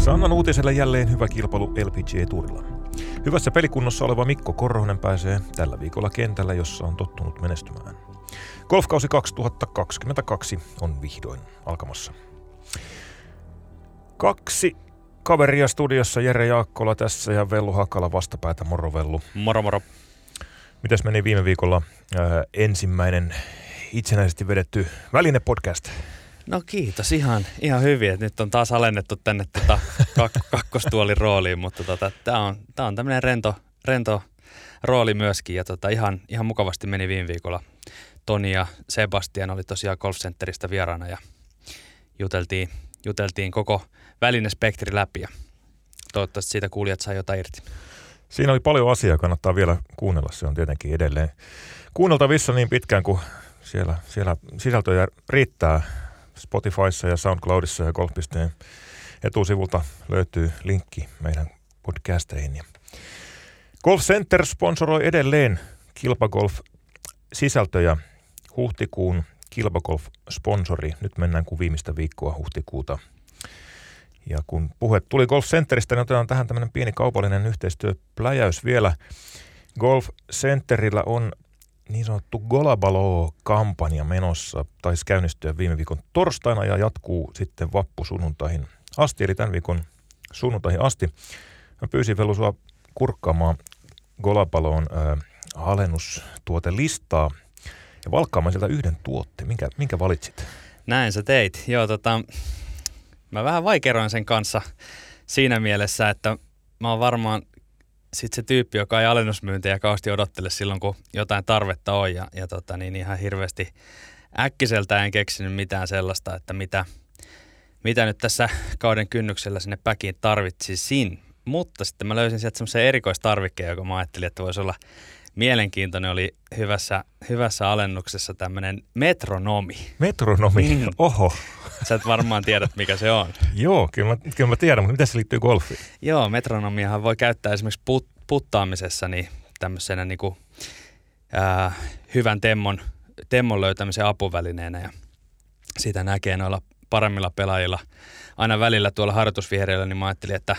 Sannan uutiselle jälleen hyvä kilpailu LPGA-tuurilla. Hyvässä pelikunnossa oleva Mikko Korhonen pääsee tällä viikolla kentällä, jossa on tottunut menestymään. Golfkausi 2022 on vihdoin alkamassa. Kaksi kaveria studiossa, Jere Jaakkola tässä ja Vellu Hakala vastapäätä. Moro Vellu. Moro moro. Mitäs meni viime viikolla ensimmäinen itsenäisesti vedetty välinepodcast? No kiitos, ihan hyvin, että nyt on taas alennettu tänne kakkostuolin rooliin, mutta tää on tämmöinen rento rooli myöskin ja ihan mukavasti meni viime viikolla. Toni ja Sebastian oli tosiaan Golf Centeristä vieraana ja juteltiin koko välinespektri läpi ja toivottavasti siitä kuulijat sai jotain irti. Siinä oli paljon asiaa, kannattaa vielä kuunnella, se on tietenkin edelleen kuunneltavissa niin pitkään kuin siellä sisältöjä riittää. Spotifyssa ja SoundCloudissa ja Golf.de etusivulta löytyy linkki meidän podcasteihin. Golf Center sponsoroi edelleen Kilpagolf-sisältöjä. Huhtikuun Kilpagolf-sponsori. Nyt mennään kuin viimeistä viikkoa huhtikuuta. Ja kun puhe tuli Golf Centeristä, niin otetaan tähän tämmöinen pieni kaupallinen yhteistyöpläjäys vielä. Golf Centerillä on niin sanottu Golabalo-kampanja menossa, taisi käynnistyä viime viikon torstaina ja jatkuu sitten vappusunnuntaihin asti, eli tämän viikon sunnuntaihin asti. Mä pyysin Vellu sua kurkkaamaan Golabaloon alennustuotelistaa ja valkkaamaan sieltä yhden tuotteen. Minkä valitsit? Näin sä teit. Joo, mä vähän vaikeroin sen kanssa siinä mielessä, että mä oon varmaan sitten se tyyppi, joka ei alennusmyyntejä kauheasti odottele silloin, kun jotain tarvetta on. Ja ihan hirveästi äkkiseltä en keksinyt mitään sellaista, että mitä nyt tässä kauden kynnyksellä sinne päkiin tarvitsisin. Mutta sitten mä löysin sieltä semmoisen erikoistarvikkeen, joka mä ajattelin, että voisi olla mielenkiintoinen. Oli hyvässä alennuksessa tämmöinen metronomi. Metronomi? Oho. Sä et varmaan tiedät, mikä se on. Joo, kyllä mä tiedän, mutta mitä se liittyy golfiin? Joo, metronomiahan voi käyttää esimerkiksi puttaamisessa niin tämmöisenä niinku, hyvän temmon löytämisen apuvälineenä. Ja sitä näkee noilla paremmilla pelaajilla aina välillä tuolla harjoitusvihreillä, niin mä ajattelin, että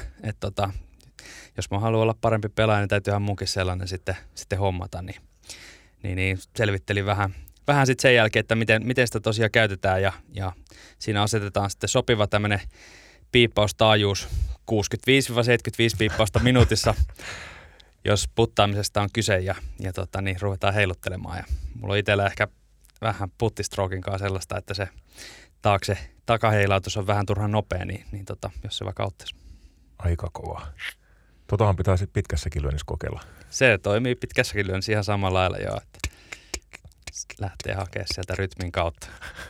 jos mä haluan olla parempi pelaaja, niin täytyyhän munkin sellainen sitten hommata. Niin selvittelin vähän sitten sen jälkeen, että miten sitä tosiaan käytetään ja siinä asetetaan sitten sopiva tämmöinen piippaustaajuus 65-75 piippausta minuutissa, jos puttaamisesta on kyse ja ruvetaan heiluttelemaan. Ja mulla on itsellä ehkä vähän puttistrokin kanssa sellaista, että se takaheilautus on vähän turhan nopea, niin jos se vaikka auttaisi. Aika kova. Totahan pitää sitten pitkässäkin lyönnissä kokeilla. Se toimii pitkässäkin lyönnissä ihan samalla lailla joo, että lähtee hakemaan sieltä rytmin kautta.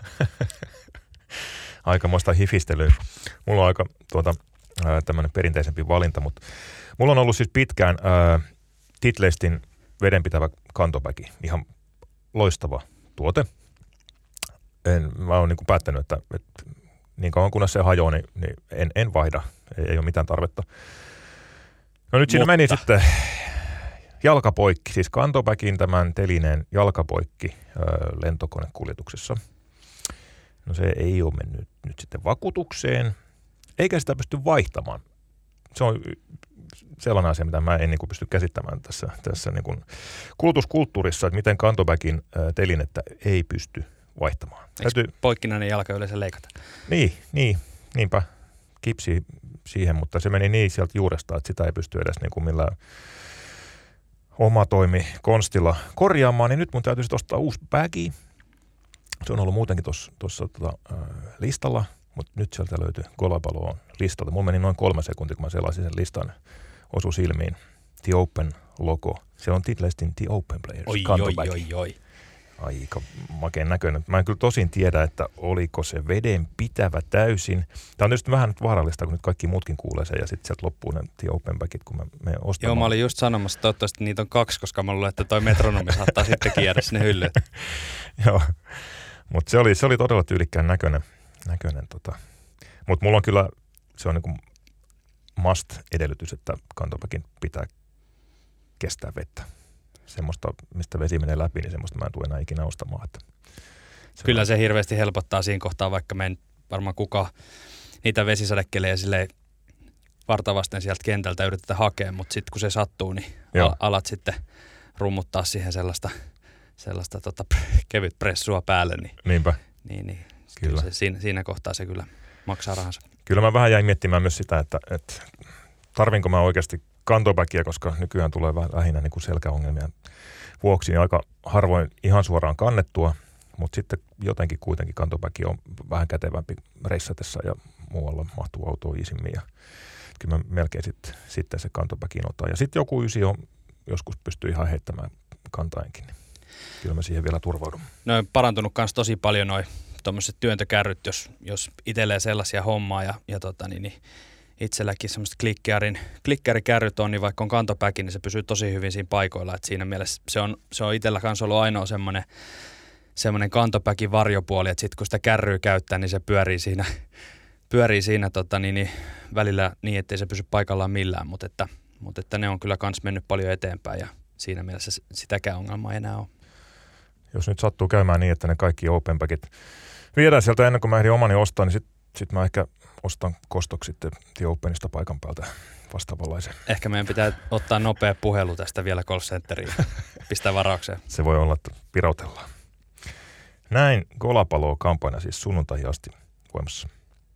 Aikamoista hifistelyä. Mulla on aika tämmöinen perinteisempi valinta, mutta mulla on ollut siis pitkään Titleistin vedenpitävä kantopäki. Ihan loistava tuote. Mä oon niinku päättänyt, että niin kauan kunnes se hajoaa, niin en vaihda. Ei ole mitään tarvetta. No nyt siinä meni sitten jalkapoikki, siis kantopäkin tämän telineen jalkapoikki lentokonekuljetuksessa. No se ei ole mennyt nyt sitten vakuutukseen, eikä sitä pysty vaihtamaan. Se on sellainen asia, mitä mä en niin kuin pysty käsittämään tässä niin kuin kulutuskulttuurissa, että miten kantopäkin telinettä ei pysty vaihtamaan. Eikö poikkinainen jalka yleensä leikata? Niinpä. Kipsi siihen, mutta se meni niin sieltä juuresta, että sitä ei pysty edes niin kuin millään omatoimi konstilla korjaamaan, niin nyt mun täytyy sitten ostaa uusi bagi. Se on ollut muutenkin tuossa listalla, mutta nyt sieltä löytyy Golabaloon listalta. Mulla meni noin 3 sekuntia, kun mä selasin sen listan, osui silmiin The Open-logo. Se on Titleistin The Open Players. Oi. Aika makeen näköinen. Mä en kyllä tosin tiedä, että oliko se veden pitävä täysin. Tämä on tietysti vähän nyt vaarallista, kun nyt kaikki muutkin kuulee sen ja sitten sieltä loppuu ne The Open Bagit, kun mä menen ostamaan. Joo, mä olin just sanomassa, että toivottavasti niitä on 2, koska mä luulen, että toi metronomi saattaa sittenkin jäädä sinne hyllyyn. Joo, mutta se oli todella tyylikkään näköinen. Mutta mulla on kyllä, se on niinku must-edellytys, että kantopäkin pitää kestää vettä. Semmoista, mistä vesi menee läpi, niin semmoista mä en tule enää ikinä ostamaan. Kyllä se hirveästi helpottaa siinä kohtaa, vaikka me en varmaan kukaan niitä vesisadekeleja silleen vartavasten sieltä kentältä yritetään hakea, mutta sitten kun se sattuu, niin alat sitten rummuttaa siihen sellaista kevyt pressua päälle. Niinpä. Niin. Kyllä. Siinä kohtaa se kyllä maksaa rahansa. Kyllä mä vähän jäin miettimään myös sitä, että tarvinko mä oikeasti kantobackia, koska nykyään tulee lähinnä niin kuin selkäongelmia vuoksi, niin aika harvoin ihan suoraan kannettua, mutta sitten jotenkin kuitenkin kantobacki on vähän kätevämpi reissatessa ja muualla mahtuu autoon isimmin ja kyllä mä melkein sitten se kantobackin otan. Ja sitten joku ysi on joskus pystyy ihan heittämään kantaenkin, niin kyllä mä siihen vielä turvaudun. No on parantunut myös tosi paljon noi tuommoiset työntökärryt, jos itselleen sellaisia hommaa ja niin itselläkin semmoiset klikkäärikärryt on, niin vaikka on kantopäki, niin se pysyy tosi hyvin siinä paikoilla. Et siinä mielessä se on itsellä kanssa ollut ainoa semmoinen kantopäkin varjopuoli, että sitten kun sitä kärryä käyttää, niin se pyörii siinä välillä niin, ettei se pysy paikallaan millään, mutta että ne on kyllä kans mennyt paljon eteenpäin ja siinä mielessä sitäkään ongelmaa ei enää ole. Jos nyt sattuu käymään niin, että ne kaikki openbackit viedään sieltä ennen kuin mä ehdin omani ostaa, niin sit mä ehkä ostan kostoksi sitten The Openista paikan päältä vastaavanlaisen. Ehkä meidän pitää ottaa nopea puhelu tästä vielä call centeriin. Pistää varaukseen. Se voi olla, että pirautellaan. Näin Golapalo-kampanja siis sunnuntaihin asti voimassa.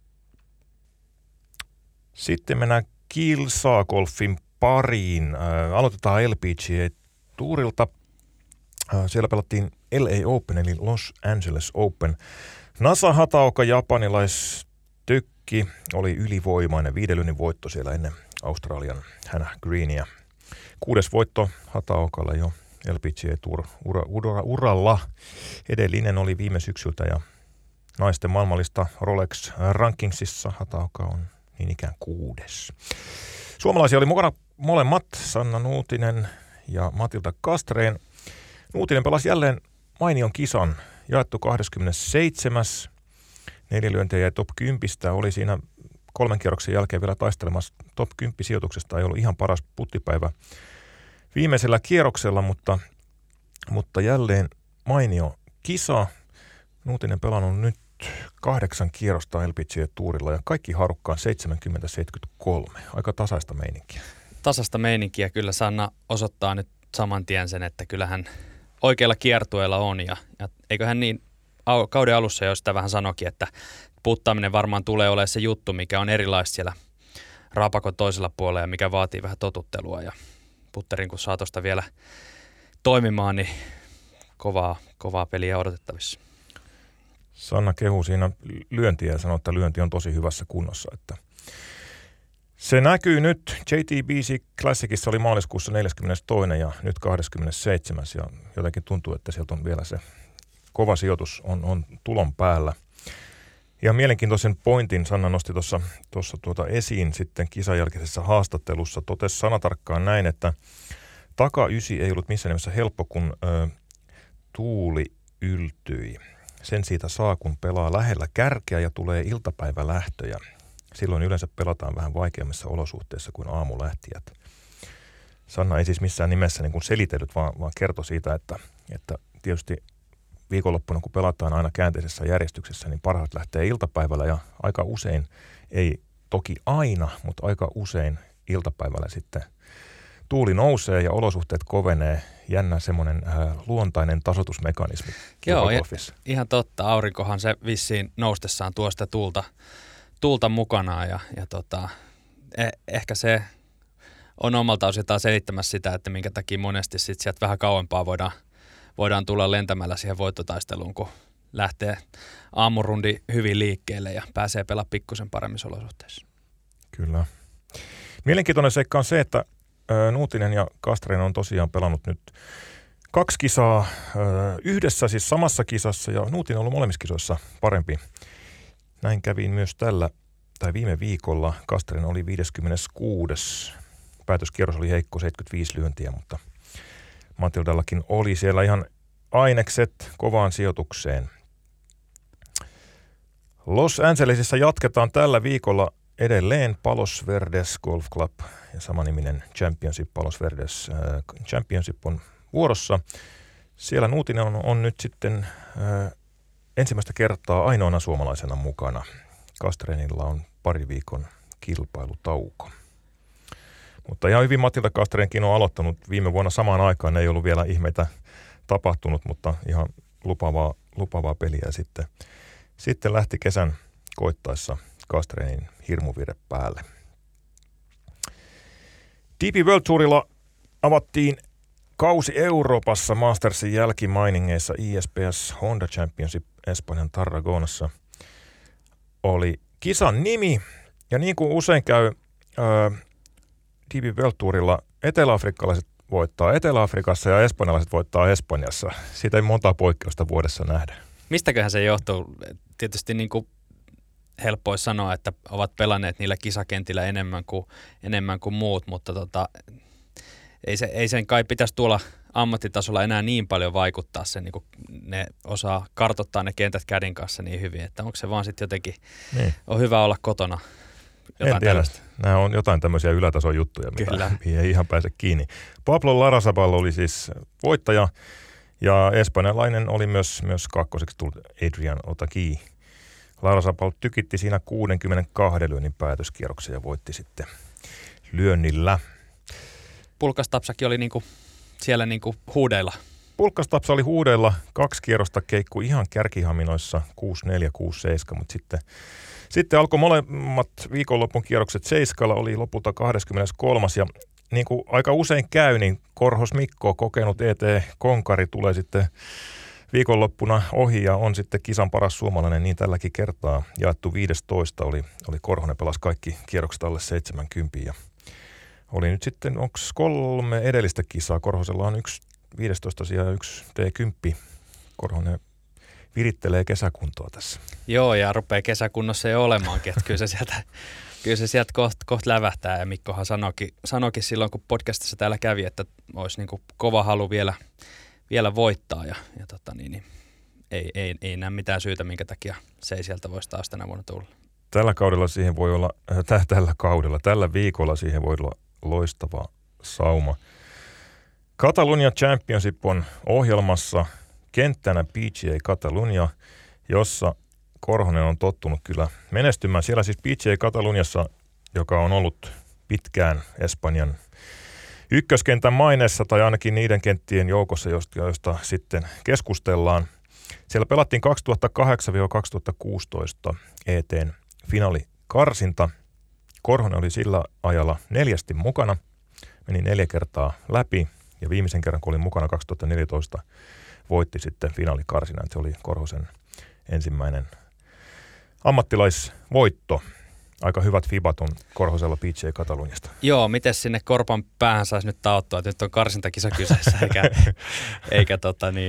Sitten mennään kilsagolfin pariin. Aloitetaan LPGA-tuurilta. Siellä pelattiin LA Open eli Los Angeles Open. Nasa Hataoka, japanilaistykki, oli ylivoimainen viidelynin voitto siellä ennen Australian Hannah Greenia. 6. voitto Hataokalle jo LPGA Tour uralla. Edellinen oli viime syksyltä ja naisten maailmallista Rolex Rankingsissa Hataoka on niin ikään 6. Suomalaisia oli mukana molemmat, Sanna Nuutinen ja Matilda Castrén. Nuutinen pelasi jälleen mainion kisan, jaettu 27. 4 lyöntiä jäi top 10. Oli siinä 3 kierroksen jälkeen vielä taistelemassa top 10 sijoituksesta. Ei ollut ihan paras puttipäivä viimeisellä kierroksella, mutta jälleen mainio kisa. Nuutinen pelannut nyt 8 kierrosta LPGA-tuurilla ja kaikki harukkaan 70-73. Aika tasaista meininkiä. Tasaista meininkiä kyllä Sanna osoittaa nyt saman tien sen, että kyllähän oikealla kiertueella on ja eiköhän niin kauden alussa jo sitä vähän sanokin, että puttaaminen varmaan tulee olemaan se juttu, mikä on erilaista siellä raapakon toisella puolella ja mikä vaatii vähän totuttelua ja putterin kun saa tuosta vielä toimimaan, niin kovaa peliä odotettavissa. Sanna kehuu siinä lyöntiä ja sanoo, että lyönti on tosi hyvässä kunnossa. Että se näkyy nyt. JTBC Classicissa oli maaliskuussa 42. ja nyt 27. Ja jotenkin tuntuu, että sieltä on vielä se kova sijoitus on tulon päällä. Ja mielenkiintoisen pointin Sanna nosti tuossa esiin sitten kisan jälkeisessä haastattelussa. Totesi sanatarkkaan näin, että taka-ysi ei ollut missään nimessä helppo, kun tuuli yltyi. Sen siitä saa, kun pelaa lähellä kärkeä ja tulee iltapäivälähtöjä. Silloin yleensä pelataan vähän vaikeammissa olosuhteissa kuin aamulähtijät. Sanna ei siis missään nimessä niin kuin selitellyt, vaan kertoi siitä, että tietysti viikonloppuna, kun pelataan aina käänteisessä järjestyksessä, niin parhaat lähtee iltapäivällä ja aika usein, ei toki aina, mutta aika usein iltapäivällä sitten tuuli nousee ja olosuhteet kovenee. Jännä semmoinen luontainen tasoitusmekanismi. Joo, ihan totta. Aurinkohan se vissiin noustessaan tuo sitä tuulta mukanaan ja ehkä se on omalta osiltaan selittämässä sitä, että minkä takia monesti sit sieltä vähän kauempaa voidaan tulla lentämällä siihen voittotaisteluun, kun lähtee aamurundi hyvin liikkeelle ja pääsee pelaamaan pikkusen paremmissa olosuhteissa. Kyllä. Mielenkiintoinen seikka on se, että Nuutinen ja Castrén on tosiaan pelannut nyt 2 kisaa yhdessä, siis samassa kisassa, ja Nuutinen on ollut molemmissa kisoissa parempi. Näin kävi myös viime viikolla. Castrén oli 56. Päätöskierros oli heikko, 75 lyöntiä, mutta Matildallakin oli siellä ihan ainekset kovaan sijoitukseen. Los Angelesissa jatketaan tällä viikolla edelleen Palos Verdes Golf Club ja samaniminen Championship, Palos Verdes Championship on vuorossa. Siellä Nuutinen on nyt sitten ensimmäistä kertaa ainoana suomalaisena mukana. Castrénilla on pari viikon kilpailutauko. Mutta ihan hyvin Matilda Castrenkin on aloittanut viime vuonna samaan aikaan. Ei ollut vielä ihmeitä tapahtunut, mutta ihan lupaavaa peliä. Ja sitten lähti kesän koittaessa Castrenin hirmuvire päälle. DP World Tourilla avattiin kausi Euroopassa Mastersin jälkimainingeissa. ISPS Honda Championship Espanjan Tarragonassa oli kisan nimi. Ja niin kuin usein käy DP World Tourilla, eteläafrikkalaiset voittaa Etelä-Afrikassa ja espanjalaiset voittaa Espanjassa. Siitä ei montaa poikkeusta vuodessa nähdä. Mistäköhän se johtuu? Tietysti niin kuin helppo olisi sanoa, että ovat pelanneet niillä kisakentillä enemmän kuin muut, mutta ei sen kai pitäisi tuolla ammattitasolla enää niin paljon vaikuttaa se, niin kuin ne osaa kartoittaa ne kentät käden kanssa niin hyvin, että onko se vaan sitten jotenkin, on hyvä olla kotona. En tiedä. Nämä on jotain tämmöisiä ylätason juttuja, mihin ei ihan pääse kiinni. Pablo Larrazabal oli siis voittaja ja espanjalainen oli myös kakkoseksi tullut Adrian Otaki. Larrazabal tykitti siinä 62 lyönnin päätöskierroksen ja voitti sitten lyönnillä. Pulkastapsakin oli siellä huudeilla. Pulkastapsa oli huudeilla, 2 kierrosta keikku ihan kärkihaminoissa 6-4, 6-7, mutta sitten alkoi molemmat viikonlopun kierrokset seiskalla, oli lopulta 23. Ja niin kuin aika usein käy, niin Korhos Mikko, kokenut ET-konkari, tulee sitten viikonloppuna ohi ja on sitten kisan paras suomalainen, niin tälläkin kertaa jaettu 15 oli Korhonen, pelasi kaikki kierrokset alle 70 ja oli nyt sitten, onko 3 edellistä kisaa, Korhosella on 1 15 sijaa ja 1 T10, Korhonen virittelee kesäkuntoa tässä. Joo, ja rupeaa kesäkunnossa jo olemaankin, että kyllä se sieltä kohta lävähtää, ja Mikkohan sanoikin silloin, kun podcastissa täällä kävi, että olisi niin kuin kova halu vielä voittaa, ja ei näe mitään syytä, minkä takia se ei sieltä voisi taas tänä vuonna tulla. Tällä viikolla siihen voi olla loistava sauma. Catalunya Championship on ohjelmassa kenttänä PGA Catalunya, jossa Korhonen on tottunut kyllä menestymään. Siellä siis PGA Catalunyassa, joka on ollut pitkään Espanjan ykköskentän maineessa tai ainakin niiden kenttien joukossa, joista sitten keskustellaan. Siellä pelattiin 2008-2016 ET:n finaalikarsinta. Korhonen oli sillä ajalla 4 mukana, meni 4 kertaa läpi ja viimeisen kerran, kun oli mukana 2014, voitti sitten finaalikarsinan. Se oli Korhosen ensimmäinen ammattilaisvoitto. Aika hyvät fibat on Korhosella PGA Catalunyasta. Joo, miten sinne korpan päähän saisi nyt taottua, että nyt on karsintakisa kyseessä, eikä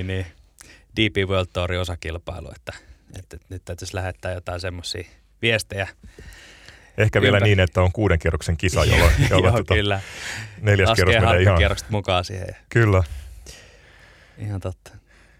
DP World Tourin osakilpailu, että nyt täytyisi lähettää jotain semmoisia viestejä. Ehkä vielä niin, että on 6 kierroksen kisa, jolloin kyllä. 4. kierros menee ihan. Kierrokset mukaan siihen. Kyllä. Ihan totta.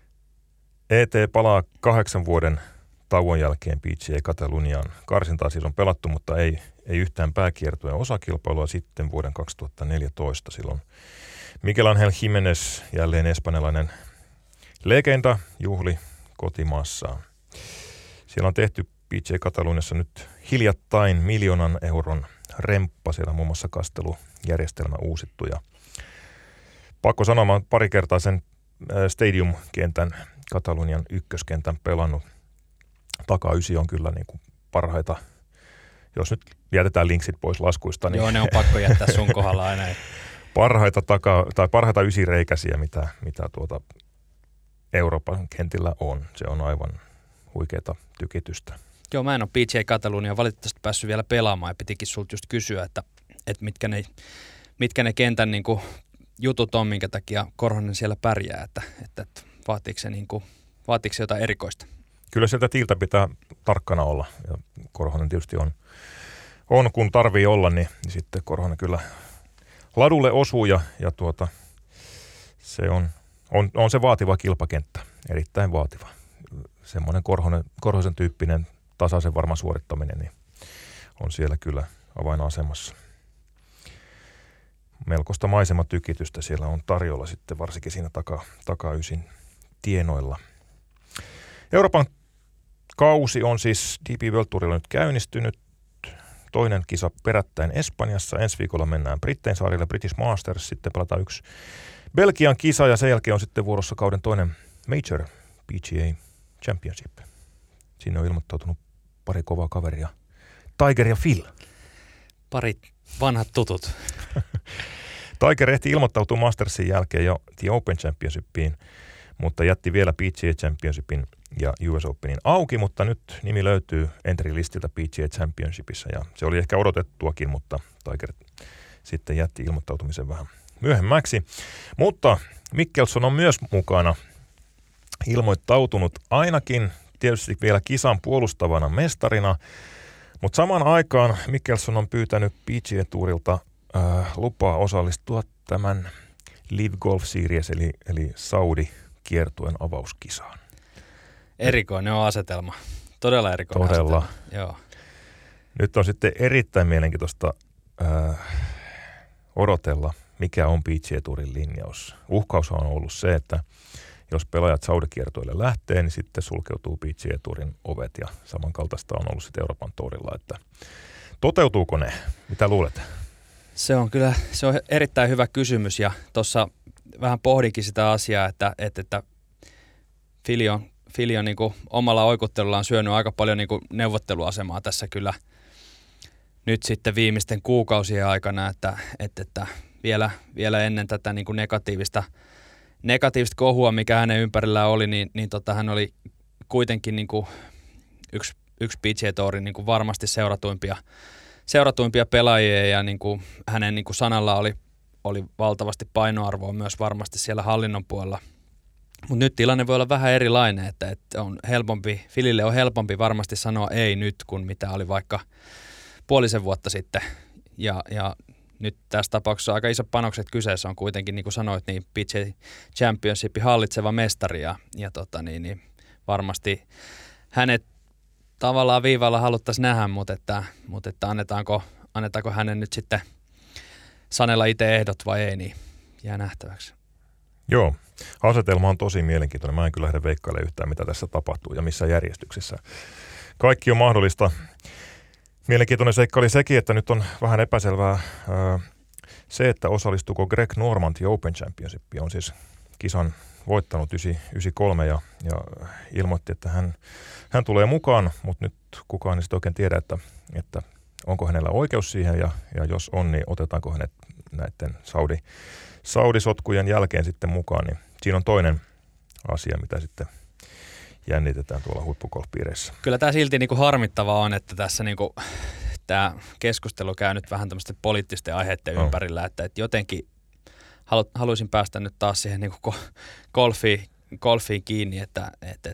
ET palaa 8 vuoden tauon jälkeen PGA Catalunyaan. Karsintaa siis on pelattu, mutta ei yhtään pääkiertoja osakilpailua sitten vuoden 2014. Silloin Miguel Ángel Jiménez, jälleen espanjalainen legenda, juhli kotimaassaan. Siellä on tehty PGA Catalunyassa nyt hiljattain 1 000 000 euron remppa. Siellä on muun muassa kastelujärjestelmä uusittu. Ja pakko sanoa, mä oon pari kertaa sen Stadium-kentän, Katalunian ykköskentän pelannut. Taka 9 on kyllä niin kuin parhaita, jos nyt jätetään linksit pois laskuista. Niin joo, ne on pakko jättää sun kohdalla aina. parhaita 9-reikäisiä, mitä Euroopan kentillä on. Se on aivan huikeata tykitystä. Joo, mä en ole PGA Catalunya valitettavasti päässyt vielä pelaamaan ja pitikin sulta just kysyä, että mitkä ne kentän niin kuin jutut on, minkä takia Korhonen siellä pärjää, että vaatiiko se jotain erikoista? Kyllä sieltä tiiltä pitää tarkkana olla ja Korhonen tietysti on kun tarvii olla, niin sitten Korhonen kyllä ladulle osuu ja se on se vaativa kilpakenttä, erittäin vaativa. Semmoinen Korhosen tyyppinen tasaisen varma suorittaminen niin on siellä kyllä avainasemassa. Melkoista maisematykitystä siellä on tarjolla sitten varsinkin siinä taka 9 tienoilla. Euroopan kausi on siis DP World Tourilla nyt käynnistynyt. toinen kisa perättäin Espanjassa. Ensi viikolla mennään Brittein saarille, British Masters, sitten pelataan yksi Belgian kisa ja sen jälkeen on sitten vuorossa kauden toinen Major PGA Championship. Sinne on ilmoittautunut pari kovaa kaveria, Tiger ja Phil. Pari vanhat tutut. Tiger ehti ilmoittautua Mastersin jälkeen jo The Open Championshipiin, mutta jätti vielä PGA Championshipin ja US Openin auki, mutta nyt nimi löytyy entry-listiltä PGA Championshipissa ja se oli ehkä odotettuakin, mutta Tiger sitten jätti ilmoittautumisen vähän myöhemmäksi. Mutta Mickelson on myös mukana ilmoittautunut ainakin tietysti vielä kisan puolustavana mestarina, mutta samaan aikaan Mickelson on pyytänyt PGA Tourilta lupaa osallistua tämän Live Golf Series eli Saudi-kiertueen avauskisaan. Erikoinen on asetelma. Todella erikoinen Todella. asetelma. Joo. Nyt on sitten erittäin mielenkiintoista odotella, mikä on PGA Tourin linjaus. Uhkaushan on ollut se, että jos pelaajat Saudi-kiertueelle lähtee, niin sitten sulkeutuu PGA Tourin ovet ja samankaltaista on ollut sitten Euroopan Tourilla. Että toteutuuko ne? Mitä luulet? Se on erittäin hyvä kysymys ja tuossa vähän pohdinkin sitä asiaa, että Fili on niin kuin omalla oikuttelullaan syönyt aika paljon niin kuin neuvotteluasemaa tässä kyllä nyt sitten viimeisten kuukausien aikana, että vielä ennen tätä niin kuin negatiivista kohua, mikä hänen ympärillään oli, niin hän oli kuitenkin niin kuin yksi PGA Tourin niin kuin varmasti seuratuimpia pelaajia ja niin kuin hänen niin kuin sanalla oli valtavasti painoarvoa myös varmasti siellä hallinnon puolella. Mutta nyt tilanne voi olla vähän erilainen, että Filille on helpompi varmasti sanoa ei nyt kuin mitä oli vaikka puolisen vuotta sitten. Ja nyt tässä tapauksessa aika isot panokset kyseessä on kuitenkin, niin kuin sanoit, niin PGA Championshipin hallitseva mestari ja varmasti hänet tavallaan viivalla haluttaisiin nähdä, mutta annetaanko hänen nyt sitten sanella itse ehdot vai ei, niin jää nähtäväksi. Joo, asetelma on tosi mielenkiintoinen. Mä en kyllä lähde veikkailemaan yhtään, mitä tässä tapahtuu ja missä järjestyksessä. Kaikki on mahdollista. Mielenkiintoinen seikka oli sekin, että nyt on vähän epäselvää se, että osallistuuko Greg Norman The Open Championship. On siis kisan voittanut 93 ja ilmoitti, että hän tulee mukaan, mutta nyt kukaan ei sitten oikein tiedä, että onko hänellä oikeus siihen ja jos on, niin otetaanko hänet näiden Saudi-sotkujen jälkeen sitten mukaan. Niin siinä on toinen asia, mitä sitten jännitetään tuolla huippugolfpiireissä. Kyllä tämä silti niinku harmittavaa on, että tässä niinku, tämä keskustelu käy nyt vähän tämmöisten poliittisten aiheiden ympärillä, että jotenkin haluaisin päästä nyt taas siihen niinku golfiin kiinni, että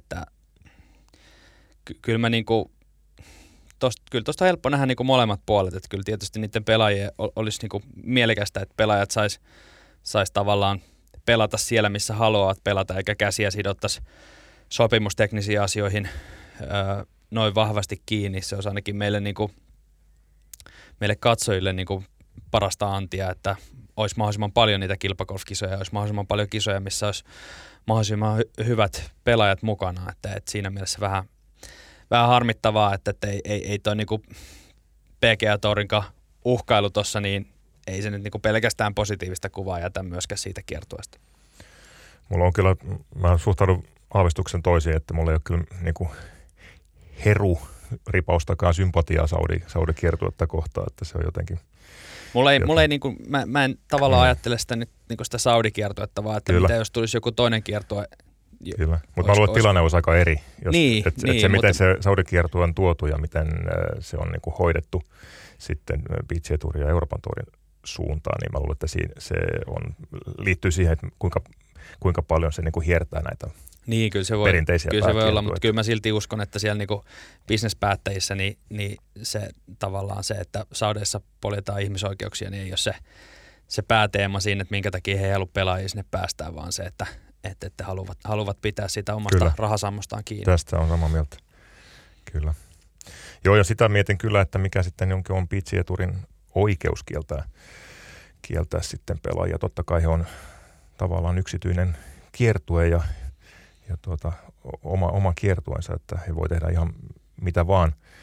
kyllä mä niinku kyllä tuosta on helppo nähdä niinku molemmat puolet, että kyllä tietysti niiden pelaajien olisi niinku mielekästä, että pelaajat sais tavallaan pelata siellä, missä haluavat pelata, eikä käsiä sidottaisi sopimusteknisiin asioihin noin vahvasti kiinni. Se olisi ainakin meille katsojille niinku parasta antia, että olisi mahdollisimman paljon niitä kilpagolfkisoja, olisi mahdollisimman paljon kisoja, missä olisi mahdollisimman hyvät pelaajat mukana, että siinä mielessä vähän harmittavaa, että ei toi niinku PGA Tourinkaan uhkailu tuossa, niin ei se nyt niinku pelkästään positiivista kuvaa jätä myöskään siitä kiertueesta. Mulla on kyllä, mä suhtaudun aavistuksen toisiin, että mulla ei ole kyllä niinku ripaustakaan sympatiaa Saudi-kiertuetta kohtaan, että se on jotenkin. Mulla ei niinku, mä en tavallaan ajattele sitä nyt niinku sitä Saudi-kiertuetta, vaan että mitä jos tulisi joku toinen kiertue. Kyllä, mutta mä luulen, että tilanne olisi aika eri. Se, miten se Saudi-kiertue on tuotu ja miten se on niinku hoidettu sitten PGA Tourin ja Euroopan Tourin suuntaan, niin mä luulen, että liittyy siihen, että kuinka paljon se niinku hiertää näitä perinteisiä kyllä se voi olla, mutta kyllä mä silti uskon, että siellä niinku bisnespäättäjissä niin se tavallaan se, että Saudeissa poljetaan ihmisoikeuksia, niin ei ole se pääteema siinä, että minkä takia he ei halua pelaajia sinne päästään, vaan se, että haluavat pitää sitä omasta kyllä rahasammostaan kiinni. Tästä on samaa mieltä. Kyllä. Joo, ja sitä mietin kyllä, että mikä sitten on PGA Tourin oikeus kieltää sitten pelaajia. Totta kai he on tavallaan yksityinen kiertue ja oma kiertueensa, että he voi tehdä ihan mitä vaan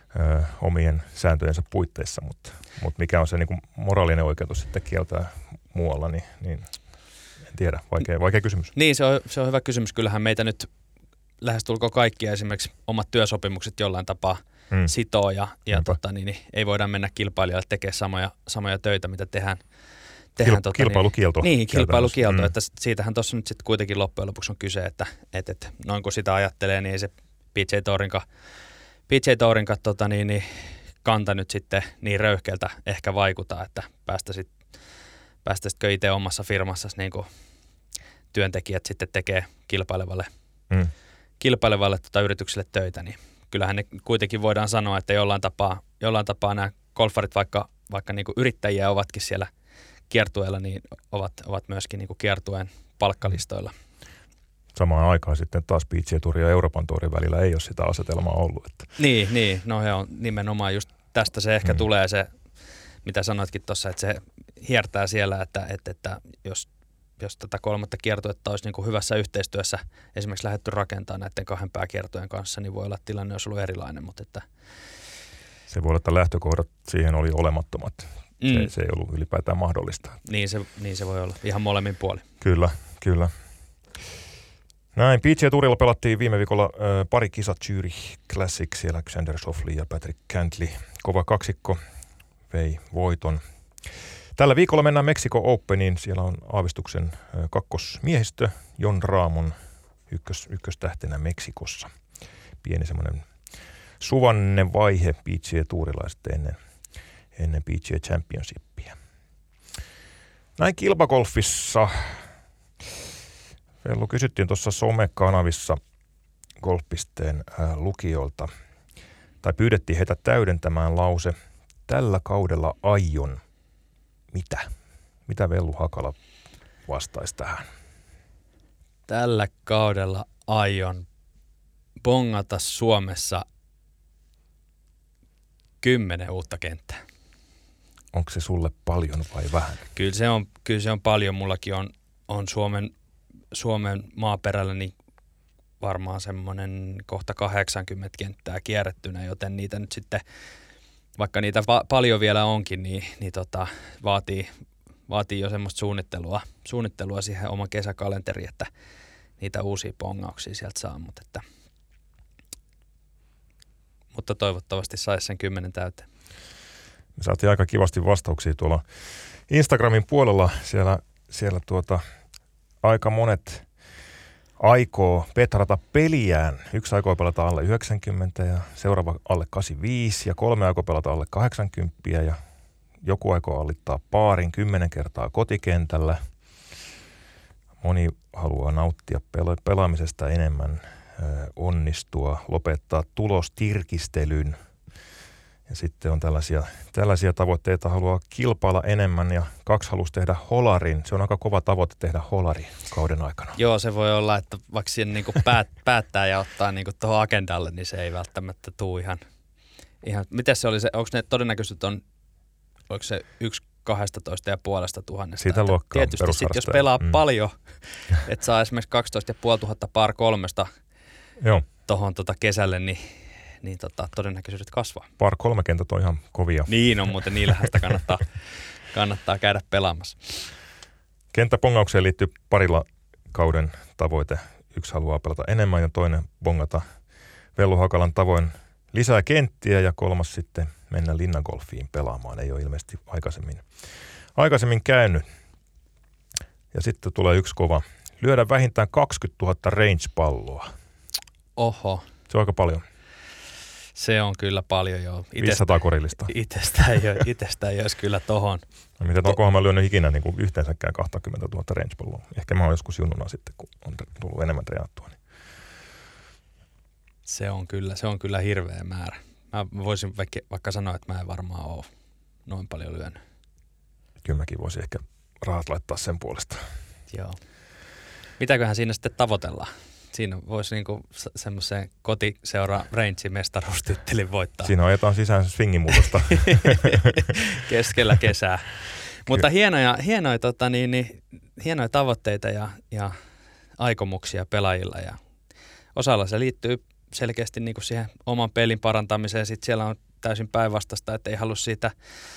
omien sääntöjensä puitteissa, mutta mikä on se niin kuin moraalinen oikeutus sitten kieltää muualla, niin en tiedä, vaikea kysymys. Niin, se on hyvä kysymys. Kyllähän meitä nyt lähestulkoon kaikkia esimerkiksi omat työsopimukset jollain tapaa sitoo ja ei voida mennä kilpailijalle tekemään samoja töitä, mitä tehdään. Kilpailukielto. Niin, kilpailukielto. Että siitähän tuossa nyt sitten kuitenkin loppujen lopuksi on kyse, että noin kun sitä ajattelee, niin ei se PJ Tourinka kanta nyt sitten niin röyhkeältä ehkä vaikuta, että päästäisitkö itse omassa firmassasi niin kuin työntekijät sitten tekee kilpailevalle yritykselle töitä, niin kyllähän ne kuitenkin voidaan sanoa, että jollain tapaa nämä golfarit, vaikka niin kuin yrittäjiä ovatkin siellä kiertueella, niin ovat myöskin niin kuin kiertueen palkkalistoilla. Samaan aikaan sitten taas PGA Tourin ja Euroopan Tourin välillä ei ole sitä asetelmaa ollut. Että. Niin, no he on nimenomaan just tästä se ehkä tulee se, mitä sanoitkin tuossa, että se hiertää siellä, että jos tätä kolmatta kiertuetta olisi niin kuin hyvässä yhteistyössä esimerkiksi lähdetty rakentamaan näiden kahden pääkiertojen kanssa, niin voi olla, että tilanne olisi ollut erilainen. Mutta että se voi olla, että lähtökohdat siihen oli olemattomat. Se ei ollut ylipäätään mahdollista. Niin se voi olla ihan molemmin puolin. Kyllä. Näin, PGA Tourilla pelattiin viime viikolla pari kisat Zürich Classic, siellä Xander Schauffele ja Patrick Cantley. Kova kaksikko vei voiton. Tällä viikolla mennään Mexico Openiin. Siellä on aavistuksen kakkosmiehistö Jon Rahmon ykköstähtenä Meksikossa. Pieni semmoinen suvanne vaihe PGA Tourilla sitten ennen PGA Championshipia. Näin kilpagolfissa. Vellu, kysyttiin tuossa somekanavissa golfpisteen lukijoilta, tai pyydettiin heitä täydentämään lause, tällä kaudella aion mitä? Mitä Vellu Hakala vastaisi tähän? Tällä kaudella aion bongata Suomessa 10 uutta kenttää. Onko se sulle paljon vai vähän? Kyllä se on paljon. Mullakin on Suomen maaperällä niin varmaan semmoinen kohta 80 kenttää kierrettynä, joten niitä nyt sitten, vaikka niitä paljon vielä onkin, niin vaatii jo semmoista suunnittelua siihen oman kesäkalenteriin, että niitä uusia pongauksia sieltä saa, mutta toivottavasti saisi sen 10 täyteen. Me saatiin aika kivasti vastauksia tuolla Instagramin puolella. Siellä aika monet aikoo petrata peliään. Yksi aikoo pelata alle 90 ja seuraava alle 85 ja 3 aikoo pelata alle 80 ja joku aikoo alittaa paarin 10 kertaa kotikentällä. Moni haluaa nauttia pelaamisesta enemmän, onnistua, lopettaa tulostirkistelyn. Ja sitten on tällaisia tavoitteita, haluaa kilpailla enemmän ja 2 halusi tehdä holarin. Se on aika kova tavoite tehdä holari kauden aikana. Joo, se voi olla, että vaikka siihen niin päättää ja ottaa niin tuohon agendalle, niin se ei välttämättä tule ihan. Miten se oli se, onko ne todennäköisesti oliko se 1 12 500? Siitä luokkaa. Tietysti sit, jos pelaa paljon, että saa esimerkiksi 12 500 par 3 tuohon kesälle, niin todennäköisyydet kasvaa. Par 3 kentät on ihan kovia. Niin on, mutta niillähän sitä kannattaa käydä pelaamassa. Kenttäpongaukseen liittyy parilla kauden tavoite. Yksi haluaa pelata enemmän ja toinen bongata Vellu Hakalan tavoin lisää kenttiä ja 3 sitten mennä linnagolfiin pelaamaan. Ei ole ilmeisesti aikaisemmin käynyt. Ja sitten tulee yksi kova. Lyödä vähintään 20 000 range-palloa. Oho. Se on aika paljon. Se on kyllä paljon jo. 500 korillista. Itsestä ei olisi kyllä tohon. No miten onkohan mä lyönyt ikinä niin kuin yhteensäkään 20 000 range-palloa? Ehkä mä oon joskus junnuna sitten, kun on tullut enemmän treenattua. Niin. Se on kyllä hirveä määrä. Mä voisin vaikka sanoa, että mä en varmaan ole noin paljon lyönyt. Kyllä mäkin voisin ehkä rahat laittaa sen puolesta. Joo. Mitäköhän siinä sitten tavoitellaan? Siinä voisi niinku semmoiseen kotiseura range-mestaruustittelin voittaa. Siinä ajetaan sisään swingimuutosta. Keskellä kesää. Mutta hienoja tavoitteita ja aikomuksia pelaajilla. Ja osalla se liittyy selkeästi niin kuin siihen oman pelin parantamiseen. Sitten siellä on täysin päinvastaista, että ei halua siitä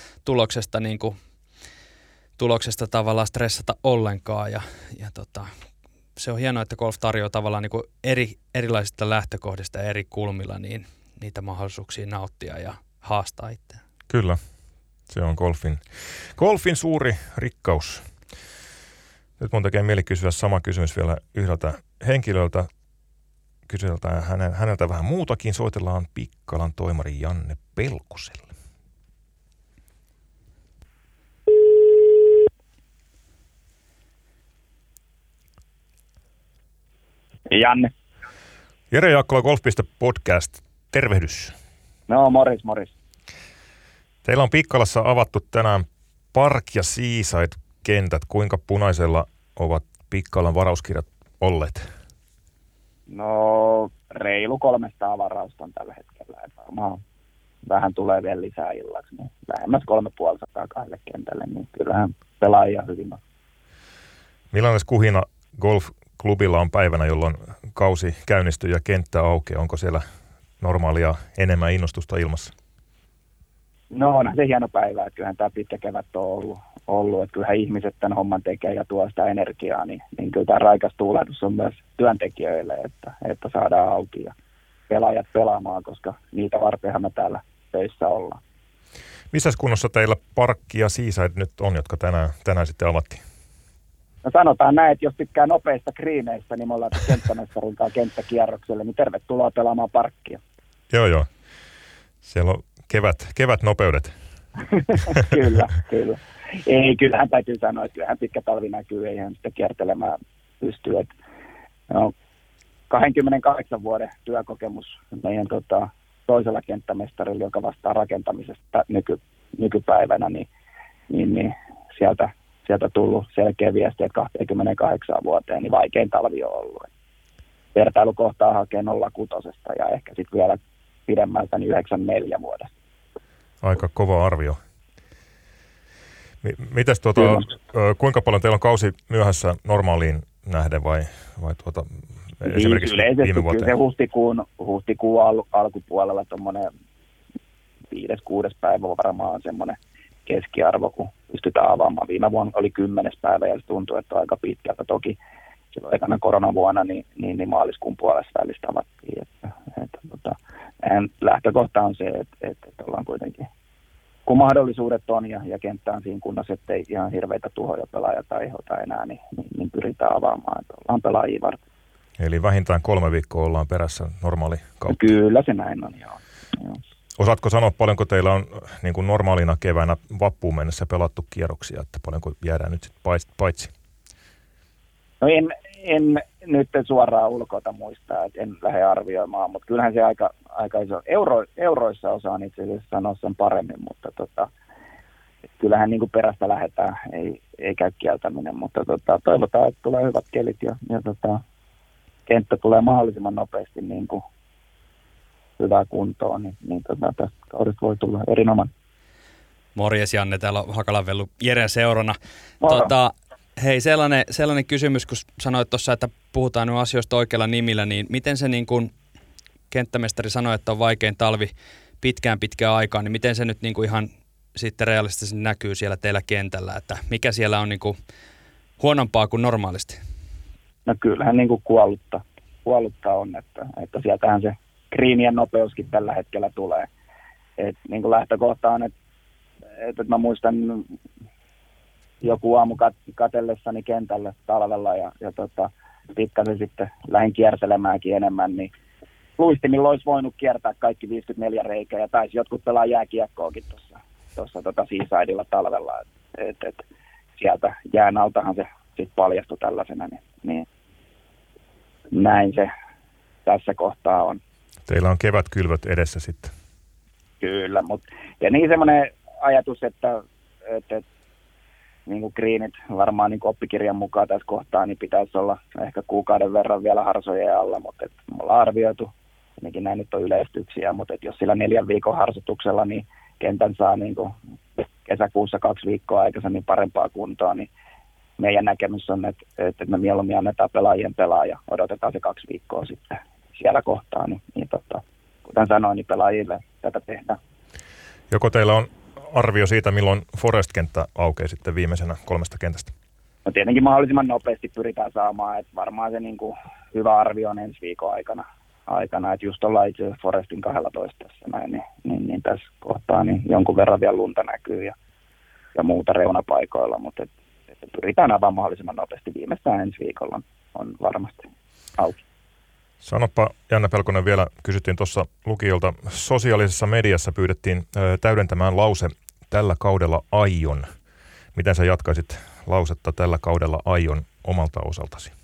tuloksesta tavallaan stressata ollenkaan. Ja se on hienoa, että golf tarjoaa tavallaan niin kuin erilaisista lähtökohdista ja eri kulmilla niin niitä mahdollisuuksia nauttia ja haastaa itseään. Kyllä, se on golfin suuri rikkaus. Nyt mun tekee mieli kysyä sama kysymys vielä yhdeltä henkilöltä. Kysytään häneltä vähän muutakin. Soitellaan Pikkalan toimari Janne Pelkoselle. Janne. Jere Jaakkola, Golf.podcast. Tervehdys. No, moris. Teillä on Pikkalassa avattu tänään Park ja Seaside-kentät. Kuinka punaisella ovat Pikkalan varauskirjat olleet? No, reilu 300 varausta on tällä hetkellä. Varmaan vähän tulee vielä lisää illaksi. Niin lähemmäs 350 kahdelle kentälle, niin kyllähän pelaajia hyvin on. Millainen kuhina golfklubilla on päivänä, jolloin kausi käynnistyy ja kenttä aukeaa? Onko siellä normaalia enemmän innostusta ilmassa? No, onhan se hieno päivä, että kyllähän tämä pitkä kevät on ollut, että kyllähän ihmiset tämän homman tekee ja tuo sitä energiaa, niin kyllä tämä raikas tuulehdus on myös työntekijöille, että saadaan auki ja pelaajat pelaamaan, koska niitä vartenhan me täällä töissä ollaan. Missäs kunnossa teillä Park ja Seaside nyt on, jotka tänään sitten avattiin? No sanotaan näin, että jos tykkää nopeista kriineistä, niin me ollaan kenttämestarin kanssa kenttäkierrokselle, niin tervetuloa pelaamaan Parkkia. Joo. Siellä on kevät nopeudet. Kyllä. Ei, kyllähän täytyy sanoa, että kyllähän pitkä talvi näkyy, eihän sitä kiertelemään pystyy. No, 28 vuoden työkokemus meidän toisella kenttämestarilla, joka vastaa rakentamisesta nykypäivänä, niin sieltä tullut selkeä viesti, että 28 vuoteen niin vaikein talvi on ollut. Vertailukohtaa hakee 06 ja ehkä sitten vielä pidemmältä niin 94 vuodesta. Aika kova arvio. Mites kuinka paljon teillä on kausi myöhässä normaaliin nähden vai esimerkiksi viime vuoteen? Kyllä se huhtikuun alkupuolella tuommoinen 5-6 päivä varmaan on semmoinen keskiarvo, kun pystytään avaamaan. Viime vuonna oli 10. päivä ja se tuntui, että on aika pitkältä. Toki silloin ekana koronavuonna niin maaliskuun puolessa välistä avattiin. Lähtökohta on se, että ollaan kuitenkin, kun mahdollisuudet on ja kenttä on siinä kunnossa, ettei ihan hirveitä tuhoja pelaajat aiheuta enää, niin pyritään avaamaan, että ollaan pelaajia varten. Eli vähintään 3 viikkoa ollaan perässä normaali kautta. Kyllä se näin on, joo. Osaatko sanoa, paljonko teillä on niin kuin normaalina keväänä vappuun mennessä pelattu kierroksia, että paljonko jäädään nyt sitten paitsi? No en nyt suoraan ulkoa muistaa, että en lähde arvioimaan, mutta kyllähän se aika iso. Euroissa osaan itse asiassa sanoa sen paremmin, mutta kyllähän niin kuin perästä lähdetään, ei käy kieltäminen, mutta toivotaan, että tulee hyvät kelit ja kenttä tulee mahdollisimman nopeasti niin kuin hyvää kuntoon, niin tästä kaudesta voi tulla erinomainen. Morjes Janne, täällä on Hakalanvellu Jeren seurana. Hei, sellainen kysymys, kun sanoit tuossa, että puhutaan nyt asioista oikealla nimillä, niin miten se niin kuin kenttämestari sanoi, että on vaikein talvi pitkään aikaan, niin miten se nyt niin kuin ihan sitten realistisesti näkyy siellä teillä kentällä, että mikä siellä on niin kuin huonompaa kuin normaalisti? No kyllähän niin kuin kuollutta on, että sieltähän se greenien nopeuskin tällä hetkellä tulee. Et niin kuin lähtökohta on, että mä muistan joku aamu katsellessani kentälle talvella ja pikkasen sitten lähdin kiertelemäänkin enemmän, niin luistimilla olisi voinut kiertää kaikki 54 reikää ja taisi jotkut pelaa jääkiekkoakin tuossa Seasidella talvella. Et sieltä jään altahan se sitten paljastui tällaisena, niin näin se tässä kohtaa on. Teillä on kevätkylvöt edessä sitten. Kyllä, ja niin semmoinen ajatus, että niin kuin greenit varmaan niin kuin oppikirjan mukaan tässä kohtaa, niin pitäisi olla ehkä kuukauden verran vielä harsojen alla, mutta me ollaan arvioitu, ainakin näin nyt on yleistyksiä, mutta jos sillä 4 viikon harsotuksella niin kentän saa niin kuin kesäkuussa 2 viikkoa aikaisemmin parempaa kuntoa, niin meidän näkemys on, että me mieluummin annetaan pelaajien pelaa ja odotetaan se 2 viikkoa sitten siellä kohtaa, kuten sanoin, niin pelaajille tätä tehdään. Joko teillä on arvio siitä, milloin Forest-kenttä aukeaa sitten viimeisenä 3 kentästä? No tietenkin mahdollisimman nopeasti pyritään saamaan, että varmaan se niin kuin hyvä arvio on ensi viikon aikana, että just ollaan itse asiassa Forestin 12 näin, niin tässä kohtaa niin jonkun verran vielä lunta näkyy ja muuta reunapaikoilla, mutta että pyritään avaamaan mahdollisimman nopeasti. Viimeistään ensi viikolla on varmasti auki. Sanoppa, Janne Pelkonen, vielä kysyttiin tuossa lukijoilta. Sosiaalisessa mediassa pyydettiin täydentämään lause tällä kaudella aion. Miten sä jatkaisit lausetta tällä kaudella aion omalta osaltasi?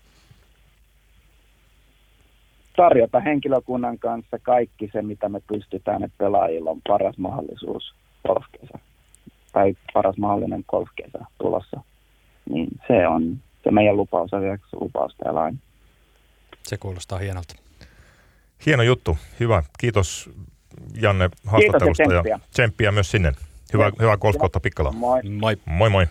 Tarjota henkilökunnan kanssa kaikki se, mitä me pystytään, että pelaajilla on paras mahdollisuus golfkesä tai paras mahdollinen golfkesä tulossa. Niin se on se meidän lupaus, lupaus täällä aina. Se kuulostaa hienolta. Hieno juttu. Hyvä. Kiitos Janne haastattelusta ja tsemppiä myös sinne. Hyvää golfkautta Pikkalaan. Moi. Moi. Moi moi.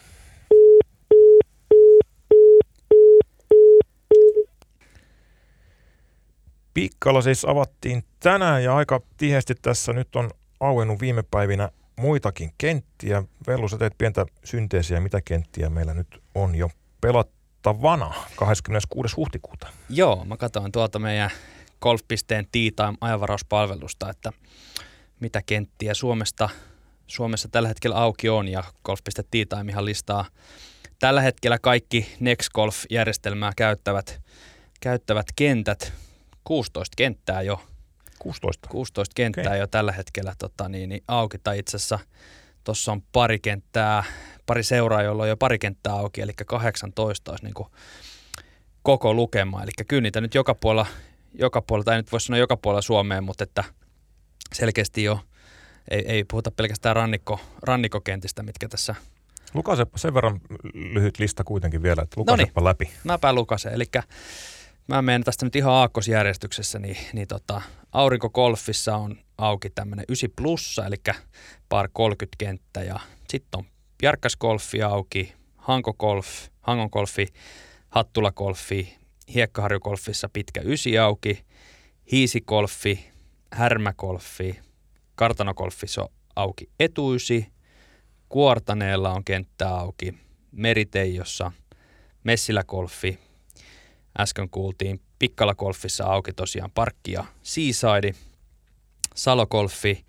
Pikkala siis avattiin tänään ja aika tiheästi tässä nyt on auennut viime päivinä muitakin kenttiä. Vellu, sä teet pientä synteesiä, mitä kenttiä meillä nyt on jo pelattavana 26. huhtikuuta. Joo, mä katsoin tuolta meidän Golf.teen Tee Time ajanvarauspalvelusta, että mitä kenttiä Suomessa tällä hetkellä auki on, ja Golf.Tee Time ihan listaa tällä hetkellä kaikki Next Golf-järjestelmää käyttävät kentät. 16 kenttää jo. 16 kenttää okay. Jo tällä hetkellä auki, tai itse asiassa tuossa on pari seuraa, jolla on jo pari kenttää auki, eli 18 olisi niin kuin koko lukema. Eli kyllä niitä nyt joka puolella, tai nyt voisi sanoa joka puolella Suomeen, mutta että selkeästi jo ei puhuta pelkästään rannikkokentistä, mitkä tässä. Lukaisepa sen verran lyhyt lista kuitenkin vielä, että lukaisepa läpi. Mäpä lukasen, eli mä menen tästä nyt ihan aakkosjärjestyksessä, niin Aurinko-golfissa on auki tämmöinen 9 plussa, eli par 30 kenttä, ja sitten on Bjarkas-golfi auki, Hangon golfi, Hattula-golfi, Hiekkaharju-golfissa pitkä 9 auki, Hiisi-golfi, Härmä-golfi, Kartano-golfissa on auki etuysi, Kuortaneella on kenttä auki, Meriteijossa, Messilä-golfi, äsken kuultiin Pikkala-golfissa auki tosiaan Parkki ja Seaside, Salo-golfi,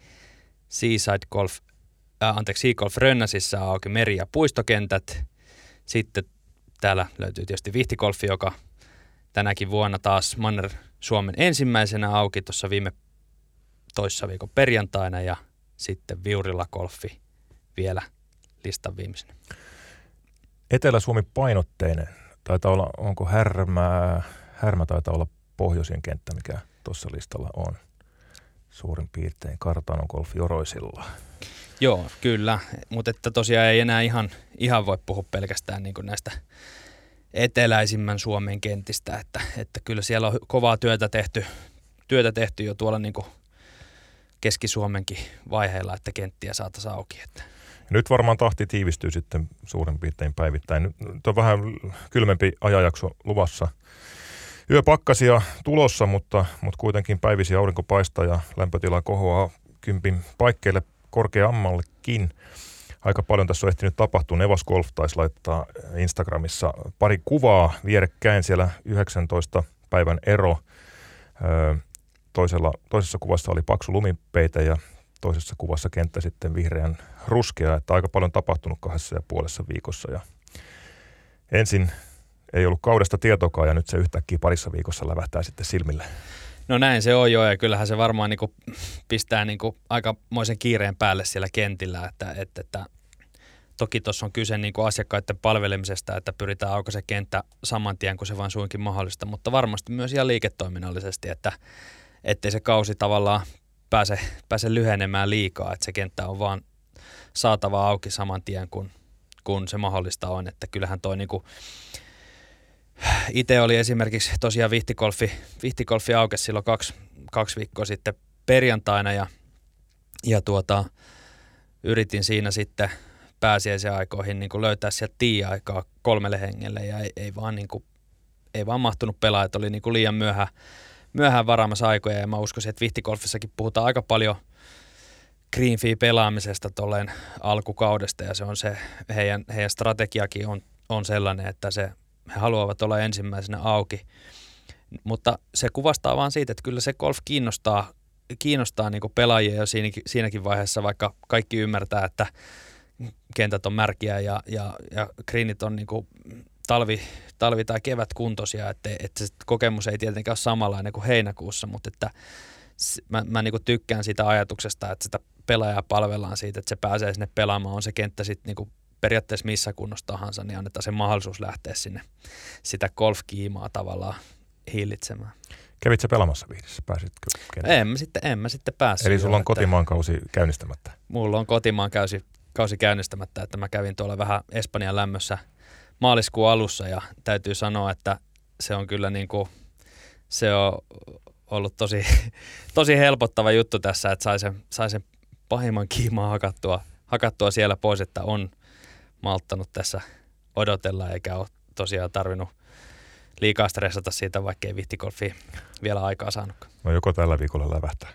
Seagolf Rönnäsissä auki meri- ja puistokentät. Sitten täällä löytyy tietysti Vihti-golfi, joka tänäkin vuonna taas Manner-Suomen ensimmäisenä auki tuossa toissa viikon perjantaina, ja sitten Viurila-golfi vielä listan viimeisenä. Etelä-Suomi painotteinen. Taitaa olla, onko Härmä taitaa olla pohjoisin kenttä, mikä tuossa listalla on. Suurin piirtein Kartanon golfi Oroisilla. Joo, kyllä, mutta että tosiaan ei enää ihan voi puhua pelkästään niin kuin näistä eteläisimmän Suomen kentistä, että kyllä siellä on kovaa työtä tehty jo tuolla niin kuin Keski-Suomenkin vaiheilla, että kenttiä saataisiin auki. Että. Nyt varmaan tahti tiivistyy sitten suurin piirtein päivittäin. Nyt on vähän kylmempi ajanjakso luvassa. Yöpakkasia tulossa, mutta kuitenkin päivisiä aurinko paistaa ja lämpötila kohoaa 10 paikkeille korkeammallekin. Aika paljon tässä on ehtinyt tapahtua. Nevas Golf taisi laittaa Instagramissa pari kuvaa vierekkäin, siellä 19 päivän ero. Toisessa kuvassa oli paksu lumipeite ja toisessa kuvassa kenttä sitten vihreän ruskea, että aika paljon tapahtunut 2,5 viikossa. Ja ensin ei ollut kaudesta tietokaan ja nyt se yhtäkkiä parissa viikossa lävähtää sitten silmille. No näin se on jo, ja kyllähän se varmaan niin kuin pistää niin kuin aikamoisen kiireen päälle siellä kentillä, että toki tuossa on kyse niin kuin asiakkaiden palvelemisesta, että pyritään auki se kenttä saman tien, kun se vaan suinkin mahdollista, mutta varmasti myös ihan liiketoiminnallisesti, että ettei se kausi tavallaan pääse lyhenemään liikaa, että se kenttä on vaan saatava auki saman tien, kun se mahdollista on, että kyllähän toi niinku itse oli esimerkiksi tosiaan Vihti-golfi aukesi silloin kaksi viikkoa sitten perjantaina ja yritin siinä sitten pääsiäisen aikoihin niin kuin löytää sieltä tii-aikaa 3 hengelle ja ei vaan mahtunut pelaajat, oli niin kuin liian myöhään varaamassa aikoja ja mä uskoisin, että Vihtigolfissakin puhutaan aika paljon green fee pelaamisesta tolleen alkukaudesta ja se on se, heidän strategiakin on sellainen, että he haluavat olla ensimmäisenä auki, mutta se kuvastaa vaan siitä, että kyllä se golf kiinnostaa niin kuin pelaajia jo siinäkin vaiheessa, vaikka kaikki ymmärtää, että kentät on märkiä ja greenit on niin kuin talvi- tai kevätkuntoisia, että se kokemus ei tietenkään ole samanlainen kuin heinäkuussa, mutta että mä niin kuin tykkään sitä ajatuksesta, että sitä pelaajaa palvellaan siitä, että se pääsee sinne pelaamaan, on se kenttä sitten niin kuin periaatteessa missä kunnossa tahansa, niin annetaan se mahdollisuus lähteä sinne sitä golf-kiimaa tavallaan hillitsemään. Kävit sä pelaamassa Vihdissä? Pääsitkö kentälle? En mä sitten päässyt. Eli sulla on kotimaan kausi käynnistämättä? Mulla on kotimaan kausi käynnistämättä, että mä kävin tuolla vähän Espanjan lämmössä maaliskuun alussa ja täytyy sanoa, että se on kyllä niin kuin, se on ollut tosi helpottava juttu tässä, että sai sen pahimman kiimaa hakattua siellä pois, että on malttanut tässä odotella eikä ole tosiaan tarvinnut liikaa stressata siitä, vaikka ei Vihtigolfia vielä aikaa saanutkaan. No joko tällä viikolla lävähtää?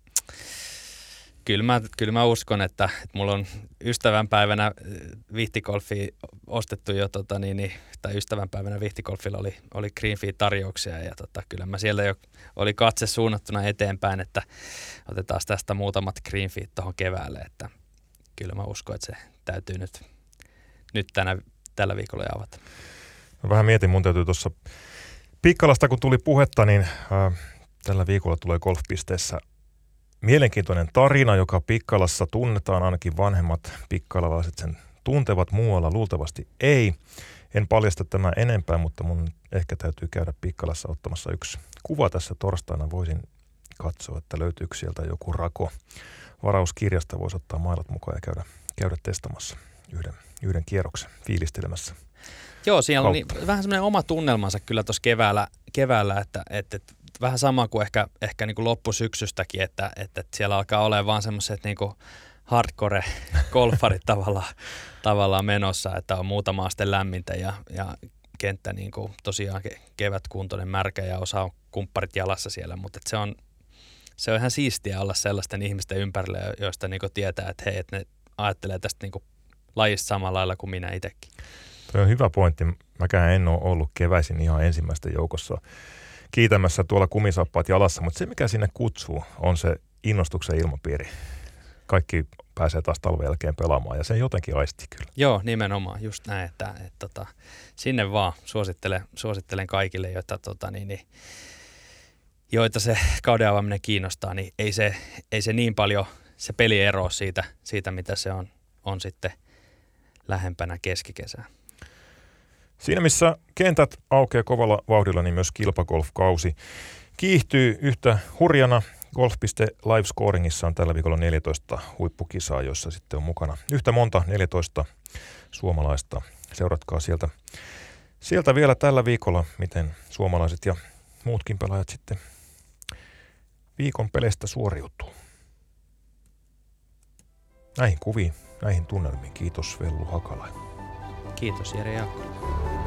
Kyllä mä uskon, että mulla on ystävänpäivänä Vihtigolfia ostettu jo, tai ystävänpäivänä Vihtigolfilla oli green fee -tarjouksia ja kyllä mä siellä jo oli katse suunnattuna eteenpäin, että otetaan tästä muutamat green feet tuohon keväälle, että kyllä mä uskon, että se täytyy nyt tällä viikolla avata. Mä vähän mietin, mun täytyy tuossa Pikkalasta, kun tuli puhetta, niin tällä viikolla tulee Golfpisteessä mielenkiintoinen tarina, joka Pikkalassa tunnetaan, ainakin vanhemmat pikkalalaiset sen tuntevat, muualla luultavasti ei. En paljasta tämän enempää, mutta mun ehkä täytyy käydä Pikkalassa ottamassa yksi kuva tässä torstaina. Voisin katsoa, että löytyykö sieltä joku rako. Varauskirjasta voisi ottaa mailat mukaan ja käydä testamassa yhden kierroksen, fiilistelemässä. Joo, siellä on vähän semmoinen oma tunnelmansa kyllä tuossa keväällä että vähän sama kuin ehkä niin kuin loppusyksystäkin, että siellä alkaa olemaan vaan semmoiset niin kuin hardcore-golfarit tavallaan menossa, että on muutama aste lämmintä ja kenttä niin kuin tosiaan kevätkuntoinen märkä ja osa on kumpparit jalassa siellä, mutta se on ihan siistiä olla sellaisten ihmisten ympärillä, joista niin kuin tietää, että hei, että ne ajattelee tästä niin kuin lajista samalla lailla kuin minä itsekin. Tuo on hyvä pointti. Mäkään en ole ollut keväisin ihan ensimmäisten joukossa kiitämässä tuolla kumisappaat jalassa, mutta se mikä sinne kutsuu on se innostuksen ilmapiiri. Kaikki pääsee taas talven jälkeen pelaamaan ja sen jotenkin aisti kyllä. Joo, nimenomaan just näin, että sinne vaan suosittelen kaikille, joita se kauden avaaminen kiinnostaa, niin ei se niin paljon se peli eroa siitä mitä se on sitten lähempänä keskikesää. Siinä missä kentät aukeaa kovalla vauhdilla, niin myös kilpagolf-kausi kiihtyy yhtä hurjana. Golf.live-scoringissa on tällä viikolla 14 huippukisaa, joissa sitten on mukana yhtä monta, 14 suomalaista. Seuratkaa sieltä vielä tällä viikolla, miten suomalaiset ja muutkin pelaajat sitten viikon peleistä suoriutuu. Näihin kuviin, näihin tunnelmiin. Kiitos Vellu Hakala. Kiitos Jere Jaakkola.